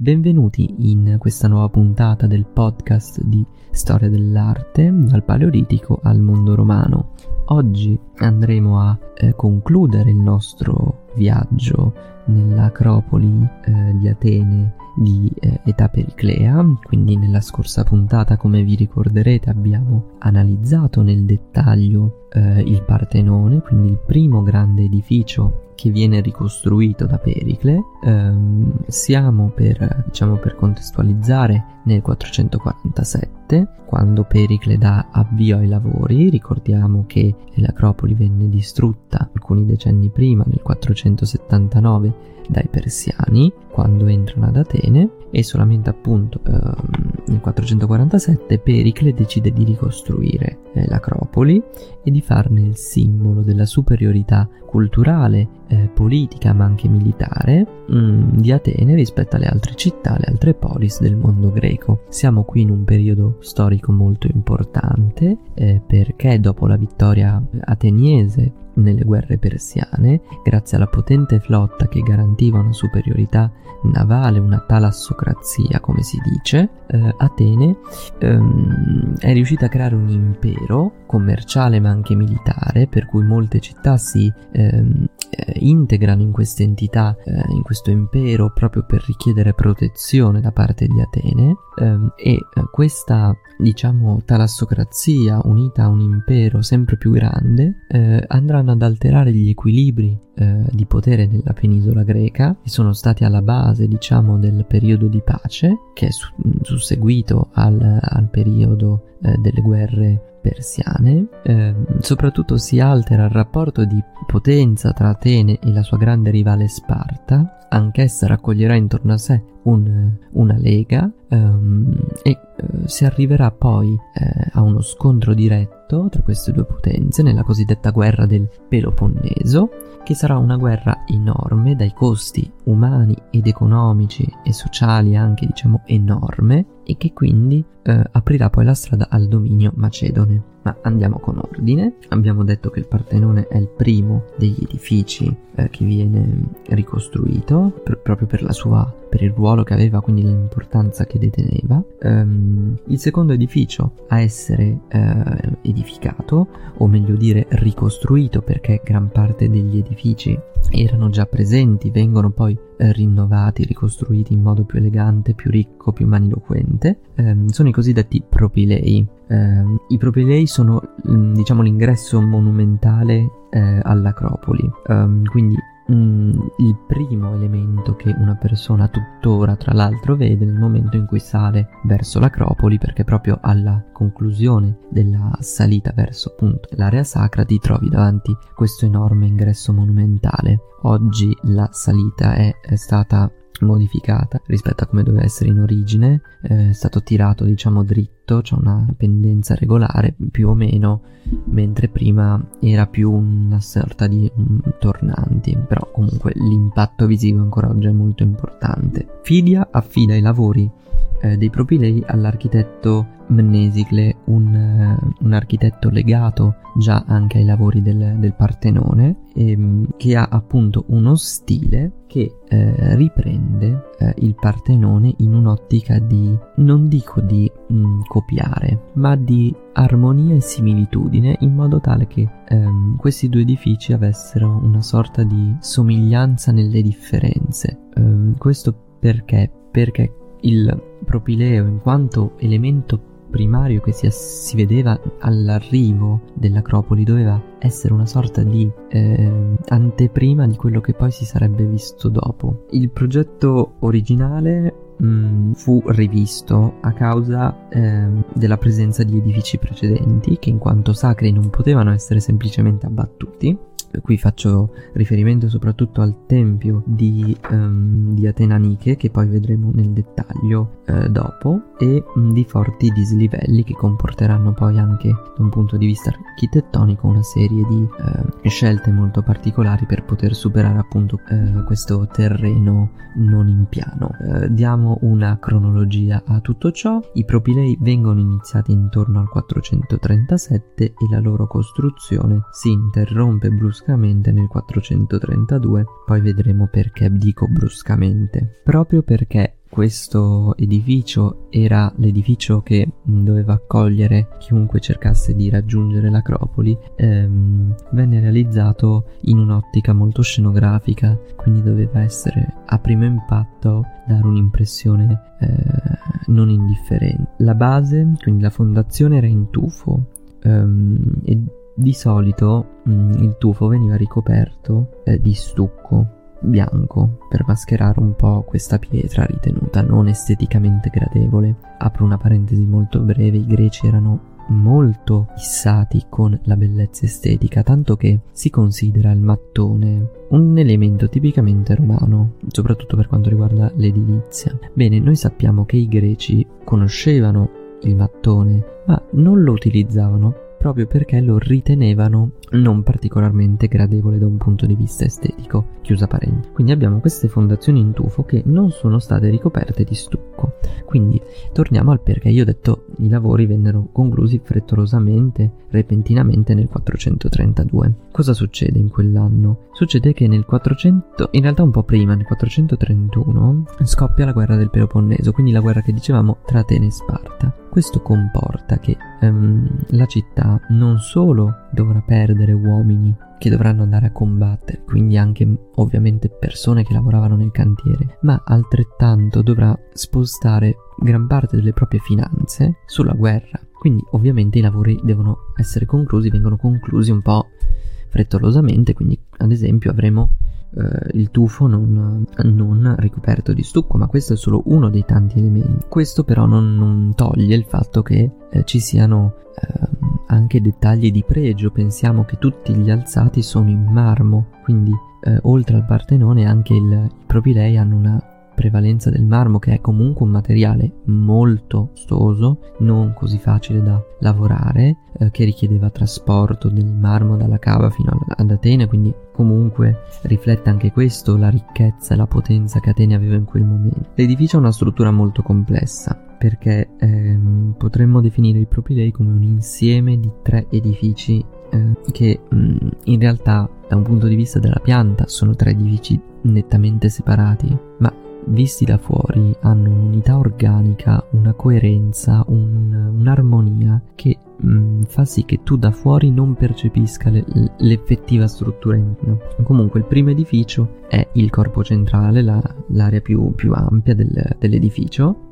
benvenuti in questa nuova puntata del podcast di Storia dell'arte, dal Paleolitico al mondo romano. Oggi andremo a concludere il nostro viaggio nell'Acropoli di Atene di età periclea. Quindi nella scorsa puntata, come vi ricorderete, abbiamo analizzato nel dettaglio il Partenone, quindi il primo grande edificio che viene ricostruito da Pericle. Siamo per contestualizzare nel 447, quando Pericle dà avvio ai lavori. Ricordiamo che l'Acropoli venne distrutta alcuni decenni prima, nel 479, dai persiani, quando entrano ad Atene, e solamente appunto nel 447 Pericle decide di ricostruire l'Acropoli e di farne il simbolo della superiorità culturale, politica ma anche militare di Atene rispetto alle altre città, alle altre polis del mondo greco. Siamo qui in un periodo storico molto importante perché dopo la vittoria ateniese nelle guerre persiane, grazie alla potente flotta che garantiva una superiorità navale, una talassocrazia come si dice, Atene è riuscita a creare un impero commerciale ma anche militare, per cui molte città si integrano in questa entità, in questo impero, proprio per richiedere protezione da parte di Atene, e questa talassocrazia unita a un impero sempre più grande andranno ad alterare gli equilibri di potere nella penisola greca, che sono stati alla base del periodo di pace che è susseguito al periodo delle guerre persiane. Soprattutto si altera il rapporto di potenza tra Atene e la sua grande rivale Sparta. Anch'essa raccoglierà intorno a sé una lega e si arriverà poi a uno scontro diretto tra queste due potenze nella cosiddetta guerra del Peloponneso, che sarà una guerra enorme, dai costi umani ed economici e sociali anche enorme, e che quindi aprirà poi la strada al dominio macedone. Ma andiamo con ordine. Abbiamo detto che il Partenone è il primo degli edifici che viene ricostruito proprio per il ruolo che aveva, quindi l'importanza che deteneva. Il secondo edificio a essere edificato, o meglio dire ricostruito, perché gran parte degli edifici erano già presenti, vengono poi rinnovati, ricostruiti in modo più elegante, più ricco, più magniloquente, sono i cosiddetti propilei. I propilei sono l'ingresso monumentale all'Acropoli, quindi il primo elemento che una persona tuttora tra l'altro vede nel momento in cui sale verso l'Acropoli, perché proprio alla conclusione della salita verso appunto l'area sacra ti trovi davanti questo enorme ingresso monumentale. Oggi la salita è stata modificata rispetto a come doveva essere in origine, è stato tirato dritto, c'è una pendenza regolare più o meno, mentre prima era più una sorta di tornanti, però comunque l'impatto visivo ancora oggi è molto importante. Fidia affida i lavori dei propilei all'architetto Mnesicle, un architetto legato già anche ai lavori del Partenone, che ha appunto uno stile che riprende il Partenone in un'ottica non dico di copiare, ma di armonia e similitudine, in modo tale che questi due edifici avessero una sorta di somiglianza nelle differenze. Questo perché il propileo, in quanto elemento primario che si vedeva all'arrivo dell'Acropoli, doveva essere una sorta di anteprima di quello che poi si sarebbe visto dopo. Il progetto originale fu rivisto a causa della presenza di edifici precedenti che, in quanto sacri, non potevano essere semplicemente abbattuti. Qui faccio riferimento soprattutto al tempio di Atena Nike, che poi vedremo nel dettaglio dopo, e di forti dislivelli che comporteranno poi anche da un punto di vista architettonico una serie di scelte molto particolari per poter superare appunto questo terreno non in piano. Diamo una cronologia a tutto ciò. I propilei vengono iniziati intorno al 437 e la loro costruzione si interrompe bruscamente nel 432, poi vedremo perché dico bruscamente. Proprio perché questo edificio era l'edificio che doveva accogliere chiunque cercasse di raggiungere l'Acropoli, venne realizzato in un'ottica molto scenografica, quindi doveva essere a primo impatto dare un'impressione non indifferente. La base, quindi la fondazione, era in tufo e di solito il tufo veniva ricoperto di stucco bianco per mascherare un po' questa pietra ritenuta non esteticamente gradevole. Apro una parentesi molto breve: i greci erano molto fissati con la bellezza estetica, tanto che si considera il mattone un elemento tipicamente romano, soprattutto per quanto riguarda l'edilizia. Bene, noi sappiamo che i greci conoscevano il mattone, ma non lo utilizzavano proprio perché lo ritenevano non particolarmente gradevole da un punto di vista estetico, chiusa parentesi. Quindi abbiamo queste fondazioni in tufo che non sono state ricoperte di stucco. Quindi torniamo al perché io ho detto i lavori vennero conclusi frettolosamente, repentinamente nel 432. Cosa succede in quell'anno? Succede che nel 400, in realtà un po' prima, nel 431, scoppia la guerra del Peloponneso, quindi la guerra che dicevamo tra Atene e Sparta. Questo comporta che la città non solo dovrà perdere uomini che dovranno andare a combattere, quindi anche ovviamente persone che lavoravano nel cantiere, ma altrettanto dovrà spostare gran parte delle proprie finanze sulla guerra. Quindi ovviamente i lavori devono essere conclusi, vengono conclusi un po' frettolosamente, quindi ad esempio avremo il tufo non ricoperto di stucco, ma questo è solo uno dei tanti elementi. Questo però non toglie il fatto che ci siano anche dettagli di pregio. Pensiamo che tutti gli alzati sono in marmo, quindi oltre al Partenone anche i propilei hanno una prevalenza del marmo, che è comunque un materiale molto costoso, non così facile da lavorare, che richiedeva trasporto del marmo dalla cava fino ad Atene, quindi comunque riflette anche questo la ricchezza e la potenza che Atene aveva in quel momento. L'edificio ha una struttura molto complessa, perché potremmo definire i propilei come un insieme di 3 edifici che in realtà da un punto di vista della pianta sono 3 edifici nettamente separati, ma visti da fuori hanno un'unità organica, una coerenza, un'armonia che fa sì che tu da fuori non percepisca l'effettiva struttura interna. Comunque il primo edificio è il corpo centrale, l'area più ampia dell'edificio,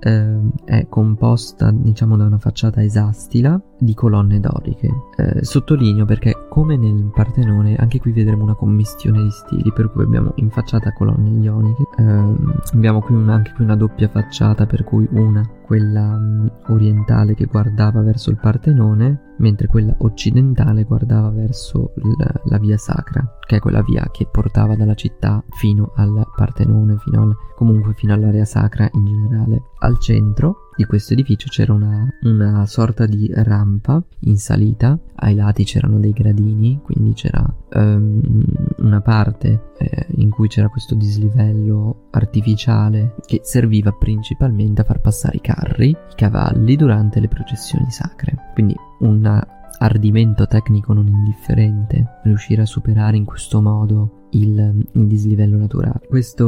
è composta diciamo da una facciata esastila di colonne doriche. Sottolineo perché come nel Partenone anche qui vedremo una commistione di stili, per cui abbiamo in facciata colonne ioniche, abbiamo qui anche qui una doppia facciata, per cui quella orientale che guardava verso il Partenone, mentre quella occidentale guardava verso la via sacra, che è quella via che portava dalla città fino al Partenone, comunque fino all'area sacra in generale. Al centro di questo edificio c'era una sorta di rampa in salita, ai lati c'erano dei gradini, quindi c'era una parte in cui c'era questo dislivello artificiale che serviva principalmente a far passare i carri, i cavalli durante le processioni sacre. Quindi un ardimento tecnico non indifferente riuscire a superare in questo modo il dislivello naturale.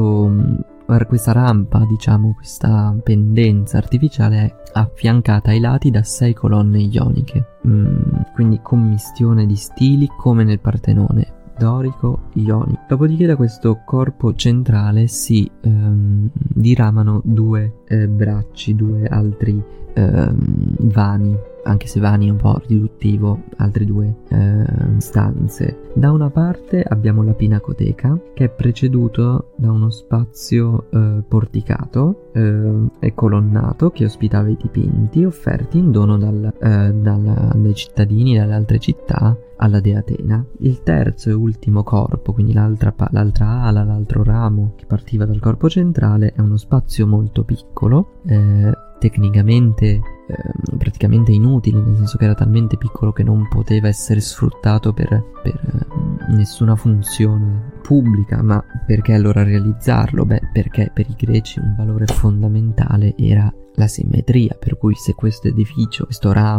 Questa rampa, diciamo, questa pendenza artificiale è affiancata ai lati da 6 colonne ioniche, quindi commistione di stili come nel Partenone, dorico, ionico. Dopodiché da questo corpo centrale si diramano 2 bracci, 2 altri vani, anche se vani è un po' riduttivo, altre 2 stanze. Da una parte abbiamo la pinacoteca, che è preceduto da uno spazio porticato e colonnato che ospitava i dipinti offerti in dono dai cittadini dalle altre città alla dea Atena. Il terzo e ultimo corpo, quindi l'altra ala, l'altro ramo che partiva dal corpo centrale, è uno spazio molto piccolo, tecnicamente praticamente inutile, nel senso che era talmente piccolo che non poteva essere sfruttato per nessuna funzione pubblica. Ma perché allora realizzarlo? Perché per i greci un valore fondamentale era la simmetria, per cui se questo edificio, questo ramo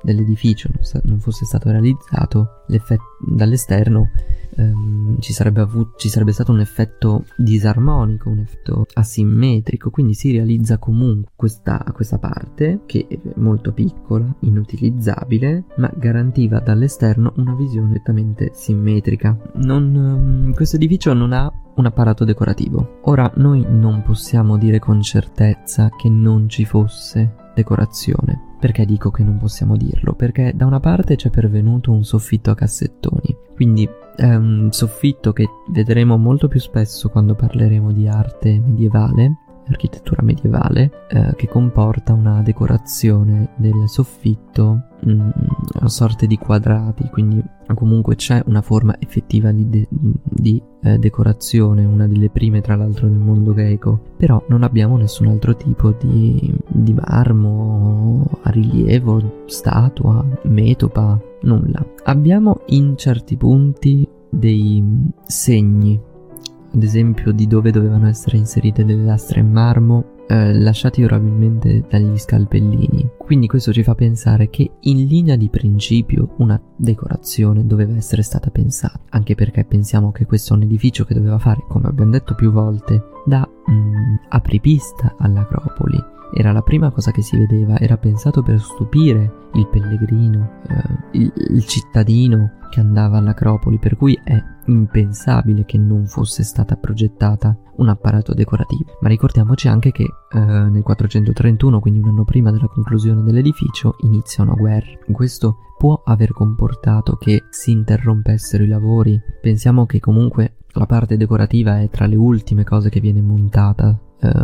dell'edificio non fosse stato realizzato, dall'esterno ci sarebbe stato un effetto disarmonico, un effetto asimmetrico, quindi si realizza comunque questa parte che è molto piccola, inutilizzabile, ma garantiva dall'esterno una visione nettamente simmetrica. Questo edificio non ha un apparato decorativo. Ora, noi non possiamo dire con certezza che non ci fosse decorazione. Perché dico che non possiamo dirlo? Perché da una parte c'è pervenuto un soffitto a cassettoni, quindi è un soffitto che vedremo molto più spesso quando parleremo di arte medievale, architettura medievale, che comporta una decorazione del soffitto a sorte di quadrati, quindi comunque c'è una forma effettiva di decorazione, una delle prime tra l'altro del mondo greco, però non abbiamo nessun altro tipo di marmo a rilievo, statua, metopa, nulla. Abbiamo in certi punti dei segni, ad esempio di dove dovevano essere inserite delle lastre in marmo, lasciati probabilmente dagli scalpellini. Quindi questo ci fa pensare che in linea di principio una decorazione doveva essere stata pensata, anche perché pensiamo che questo è un edificio che doveva fare, come abbiamo detto più volte, da apripista all'Acropoli. Era la prima cosa che si vedeva, era pensato per stupire il pellegrino, il cittadino che andava all'Acropoli, per cui è impensabile che non fosse stata progettata un apparato decorativo. Ma ricordiamoci anche che nel 431, quindi un anno prima della conclusione dell'edificio, inizia una guerra. Questo può aver comportato che si interrompessero i lavori. Pensiamo che comunque la parte decorativa è tra le ultime cose che viene montata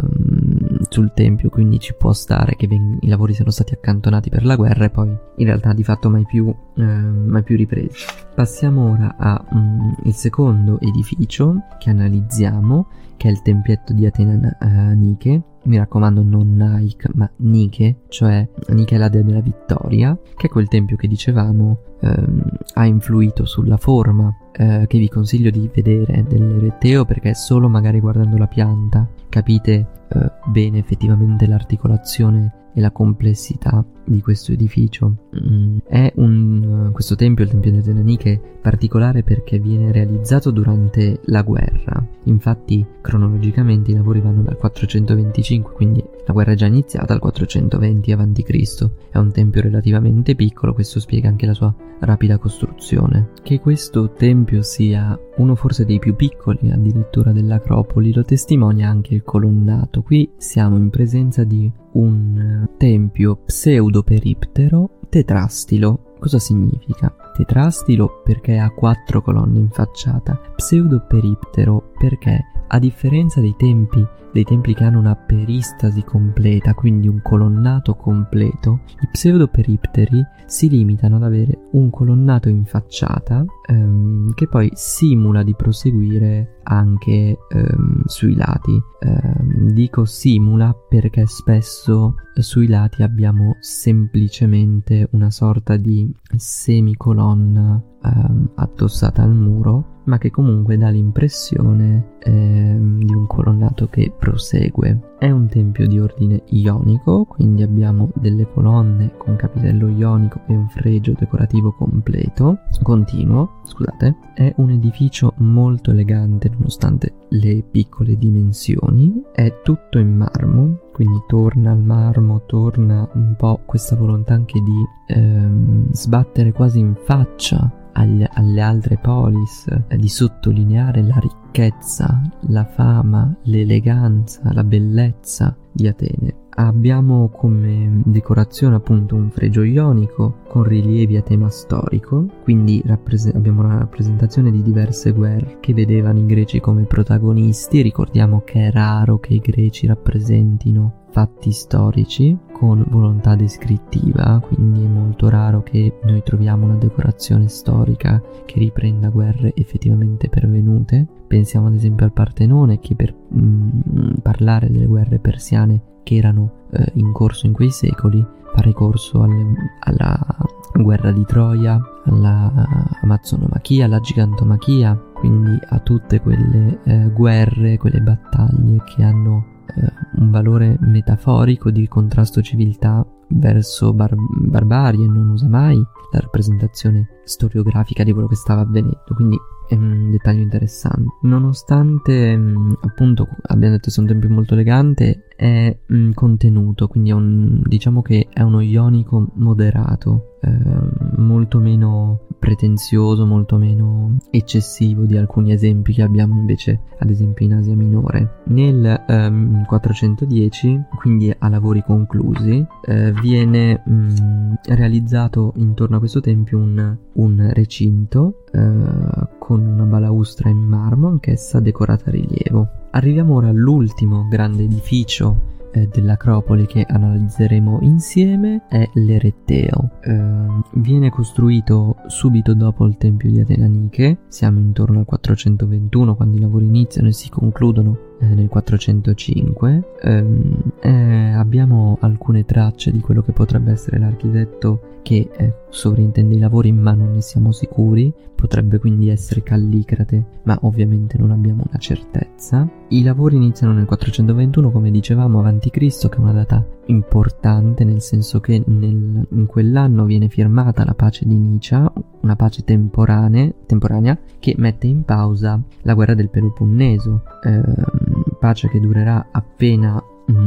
sul tempio, quindi ci può stare che i lavori siano stati accantonati per la guerra e poi in realtà di fatto mai più ripresi. Passiamo ora al secondo edificio che analizziamo, che è il tempietto di Atena Nike. Mi raccomando, non Nike ma Nike, cioè Nike è la dea della vittoria, che è quel tempio che dicevamo ha influito sulla forma, che vi consiglio di vedere dell'Ereteo, perché solo magari guardando la pianta capite bene effettivamente l'articolazione e la complessità di questo edificio. Questo tempio, il tempio di Atena Nike, è particolare perché viene realizzato durante la guerra. Infatti cronologicamente i lavori vanno dal 425, quindi la guerra è già iniziata, al 420 a.C. È un tempio relativamente piccolo, questo spiega anche la sua rapida costruzione. Che questo tempio sia uno forse dei più piccoli addirittura dell'Acropoli lo testimonia anche il colonnato. Qui siamo in presenza di un tempio pseudoperiptero tetrastilo. Cosa significa? Tetrastilo perché ha 4 colonne in facciata, pseudoperiptero perché, a differenza dei templi che hanno una peristasi completa, quindi un colonnato completo, i pseudoperipteri si limitano ad avere un colonnato in facciata che poi simula di proseguire anche sui lati. Dico simula perché spesso sui lati abbiamo semplicemente una sorta di semicolonna addossata al muro, ma che comunque dà l'impressione di un colonnato che prosegue. È un tempio di ordine ionico, quindi abbiamo delle colonne con capitello ionico e un fregio decorativo continuo. È un edificio molto elegante nonostante le piccole dimensioni. È tutto in marmo, quindi torna al marmo, torna un po' questa volontà anche di sbattere quasi in faccia alle altre polis, di sottolineare la ricchezza, la fama, l'eleganza, la bellezza di Atene. Abbiamo come decorazione appunto un fregio ionico con rilievi a tema storico, quindi abbiamo una rappresentazione di diverse guerre che vedevano i greci come protagonisti. Ricordiamo che è raro che i greci rappresentino fatti storici con volontà descrittiva, quindi è molto raro che noi troviamo una decorazione storica che riprenda guerre effettivamente pervenute. Pensiamo ad esempio al Partenone, che per parlare delle guerre persiane che erano in corso in quei secoli fa ricorso alla guerra di Troia, alla Amazzonomachia, alla Gigantomachia, quindi a tutte quelle guerre, quelle battaglie che hanno un valore metaforico di contrasto civiltà verso barbarie, non usa mai la rappresentazione storiografica di quello che stava avvenendo, quindi è un dettaglio interessante. Nonostante appunto abbiamo detto sia un tempio molto elegante, è contenuto, quindi diciamo che è uno ionico moderato, molto meno pretenzioso, molto meno eccessivo di alcuni esempi che abbiamo invece ad esempio in Asia Minore. Nel 410, quindi a lavori conclusi, viene realizzato intorno a questo tempio un recinto con una balaustra in marmo, anch'essa decorata a rilievo. Arriviamo ora all'ultimo grande edificio dell'Acropoli che analizzeremo insieme, è l'Ereteo. Viene costruito subito dopo il tempio di Atena Nike, siamo intorno al 421 quando i lavori iniziano e si concludono nel 405. Abbiamo alcune tracce di quello che potrebbe essere l'architetto che sovrintende i lavori, ma non ne siamo sicuri. Potrebbe quindi essere Callicrate, ma ovviamente non abbiamo una certezza. I lavori iniziano nel 421, come dicevamo, a.C., che è una data importante, nel senso che in quell'anno viene firmata la pace di Nicea, una pace temporanea che mette in pausa la guerra del Peloponneso, pace che durerà appena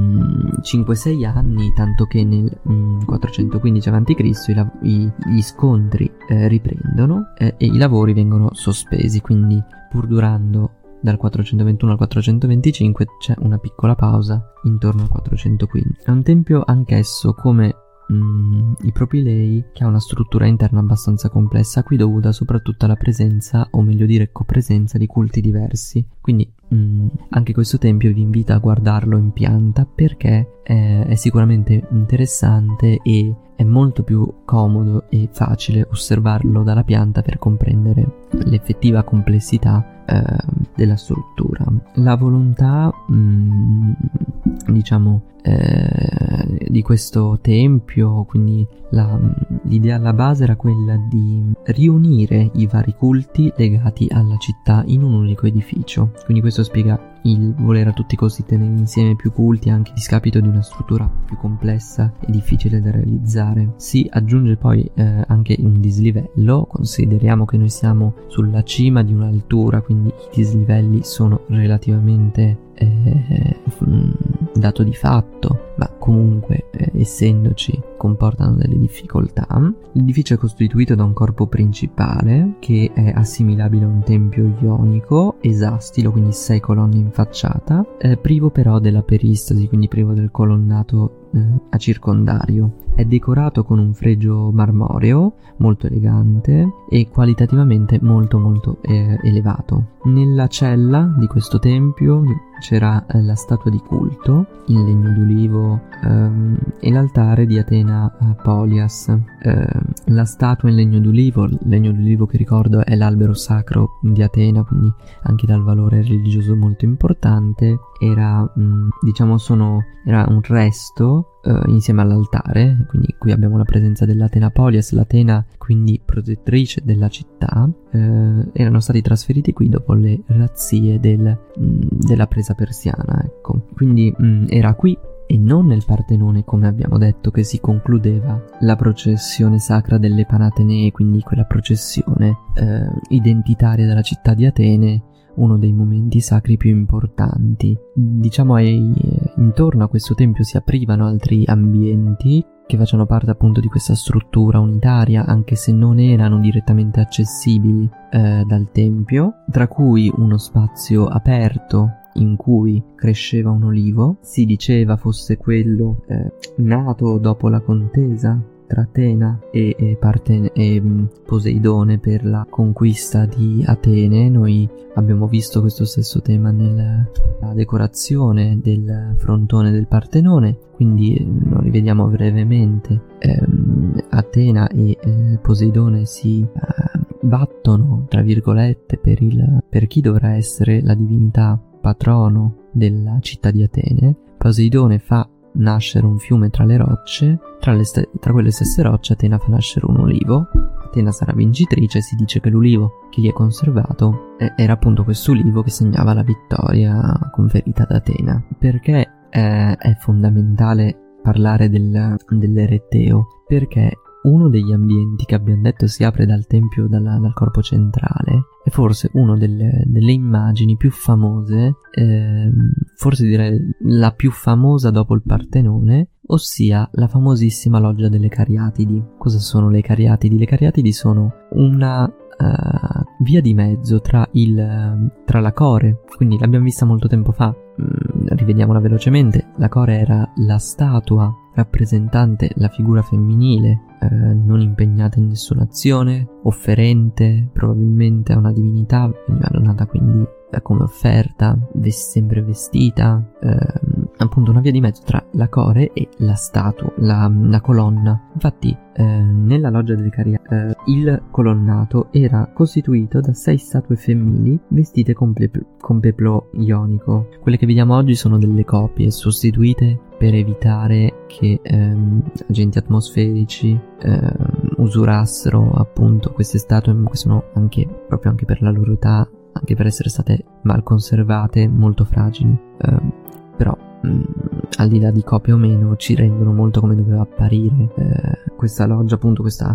5-6 anni, tanto che nel 415 a.C. gli scontri riprendono e i lavori vengono sospesi, quindi pur durando dal 421 al 425 c'è una piccola pausa intorno al 415. È un tempio anch'esso come i Propilei, che ha una struttura interna abbastanza complessa, qui dovuta soprattutto alla presenza, o meglio dire copresenza, di culti diversi. Quindi anche questo tempio vi invita a guardarlo in pianta, perché è sicuramente interessante e è molto più comodo e facile osservarlo dalla pianta per comprendere l'effettiva complessità della struttura. La volontà di questo tempio, quindi l'idea alla base era quella di riunire i vari culti legati alla città in un unico edificio, quindi questo spiega il voler a tutti i costi tenere insieme più culti anche a discapito di una struttura più complessa e difficile da realizzare. Si aggiunge poi anche un dislivello. Consideriamo che noi siamo sulla cima di un'altura, quindi i dislivelli sono relativamente dato di fatto, ma comunque essendoci comportano delle difficoltà. L'edificio è costituito da un corpo principale che è assimilabile a un tempio ionico, esastilo, quindi 6 colonne in facciata, privo però della peristasi, quindi privo del colonnato a circondario. È decorato con un fregio marmoreo molto elegante e qualitativamente molto elevato. Nella cella di questo tempio c'era la statua di culto in legno d'ulivo e l'altare di Atena Polias. La statua in legno d'ulivo che ricordo è l'albero sacro di Atena, quindi anche dal valore religioso molto importante. Era un resto insieme all'altare, quindi qui abbiamo la presenza dell'Atena Polias, l'Atena quindi protettrice della città. Erano stati trasferiti qui dopo le razzie della presa persiana, ecco. Quindi era qui e non nel Partenone, come abbiamo detto, che si concludeva la processione sacra delle Panatenee, quindi quella processione identitaria della città di Atene, uno dei momenti sacri più importanti. Diciamo intorno a questo tempio si aprivano altri ambienti che facciano parte appunto di questa struttura unitaria, anche se non erano direttamente accessibili dal tempio, tra cui uno spazio aperto in cui cresceva un olivo. Si diceva fosse quello nato dopo la contesa tra Atena e Poseidone per la conquista di Atene. Noi abbiamo visto questo stesso tema nella decorazione del frontone del Partenone, quindi lo rivediamo brevemente. Atena e Poseidone si battono, tra virgolette, per chi dovrà essere la divinità patrono della città di Atene. Poseidone fa nascere un fiume tra le rocce, tra quelle stesse rocce Atena fa nascere un olivo. Atena sarà vincitrice, si dice che l'ulivo che gli è conservato era appunto questo ulivo che segnava la vittoria conferita ad Atena. Perché è fondamentale parlare dell'Ereteo, perché uno degli ambienti che abbiamo detto si apre dal tempio, dal corpo centrale, è forse una delle immagini più famose, forse direi la più famosa dopo il Partenone, ossia la famosissima loggia delle Cariatidi. Cosa sono le Cariatidi? Le Cariatidi sono una via di mezzo tra la Core, quindi l'abbiamo vista molto tempo fa. Rivediamola velocemente. La Core era la statua rappresentante la figura femminile, non impegnata in nessuna azione, offerente probabilmente a una divinità, veniva donata quindi come offerta, sempre vestita, appunto una via di mezzo tra la Core e la statua, la colonna. Infatti nella loggia delle Cariatidi il colonnato era costituito da 6 statue femminili vestite con peplo ionico. Quelle che vediamo oggi sono delle copie sostituite per evitare che agenti atmosferici usurassero appunto queste statue, che sono proprio anche per la loro età, anche per essere state mal conservate, molto fragili, però al di là di copie o meno ci rendono molto come doveva apparire questa loggia, appunto questa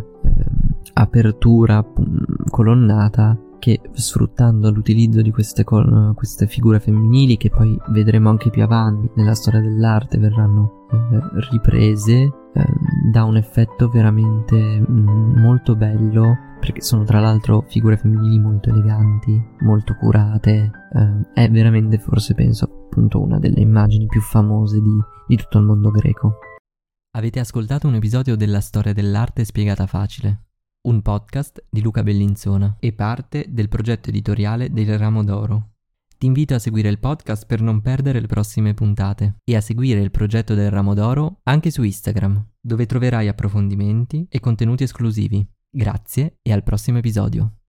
apertura colonnata, che sfruttando l'utilizzo di queste figure femminili, che poi vedremo anche più avanti nella storia dell'arte verranno riprese, dà un effetto veramente molto bello, perché sono tra l'altro figure femminili molto eleganti, molto curate. È veramente, forse penso appunto, una delle immagini più famose di tutto il mondo greco. Avete ascoltato un episodio della Storia dell'arte spiegata facile, un podcast di Luca Bellinzona e parte del progetto editoriale del Ramo d'Oro. Ti invito a seguire il podcast per non perdere le prossime puntate e a seguire il progetto del Ramo d'Oro anche su Instagram, dove troverai approfondimenti e contenuti esclusivi. Grazie e al prossimo episodio.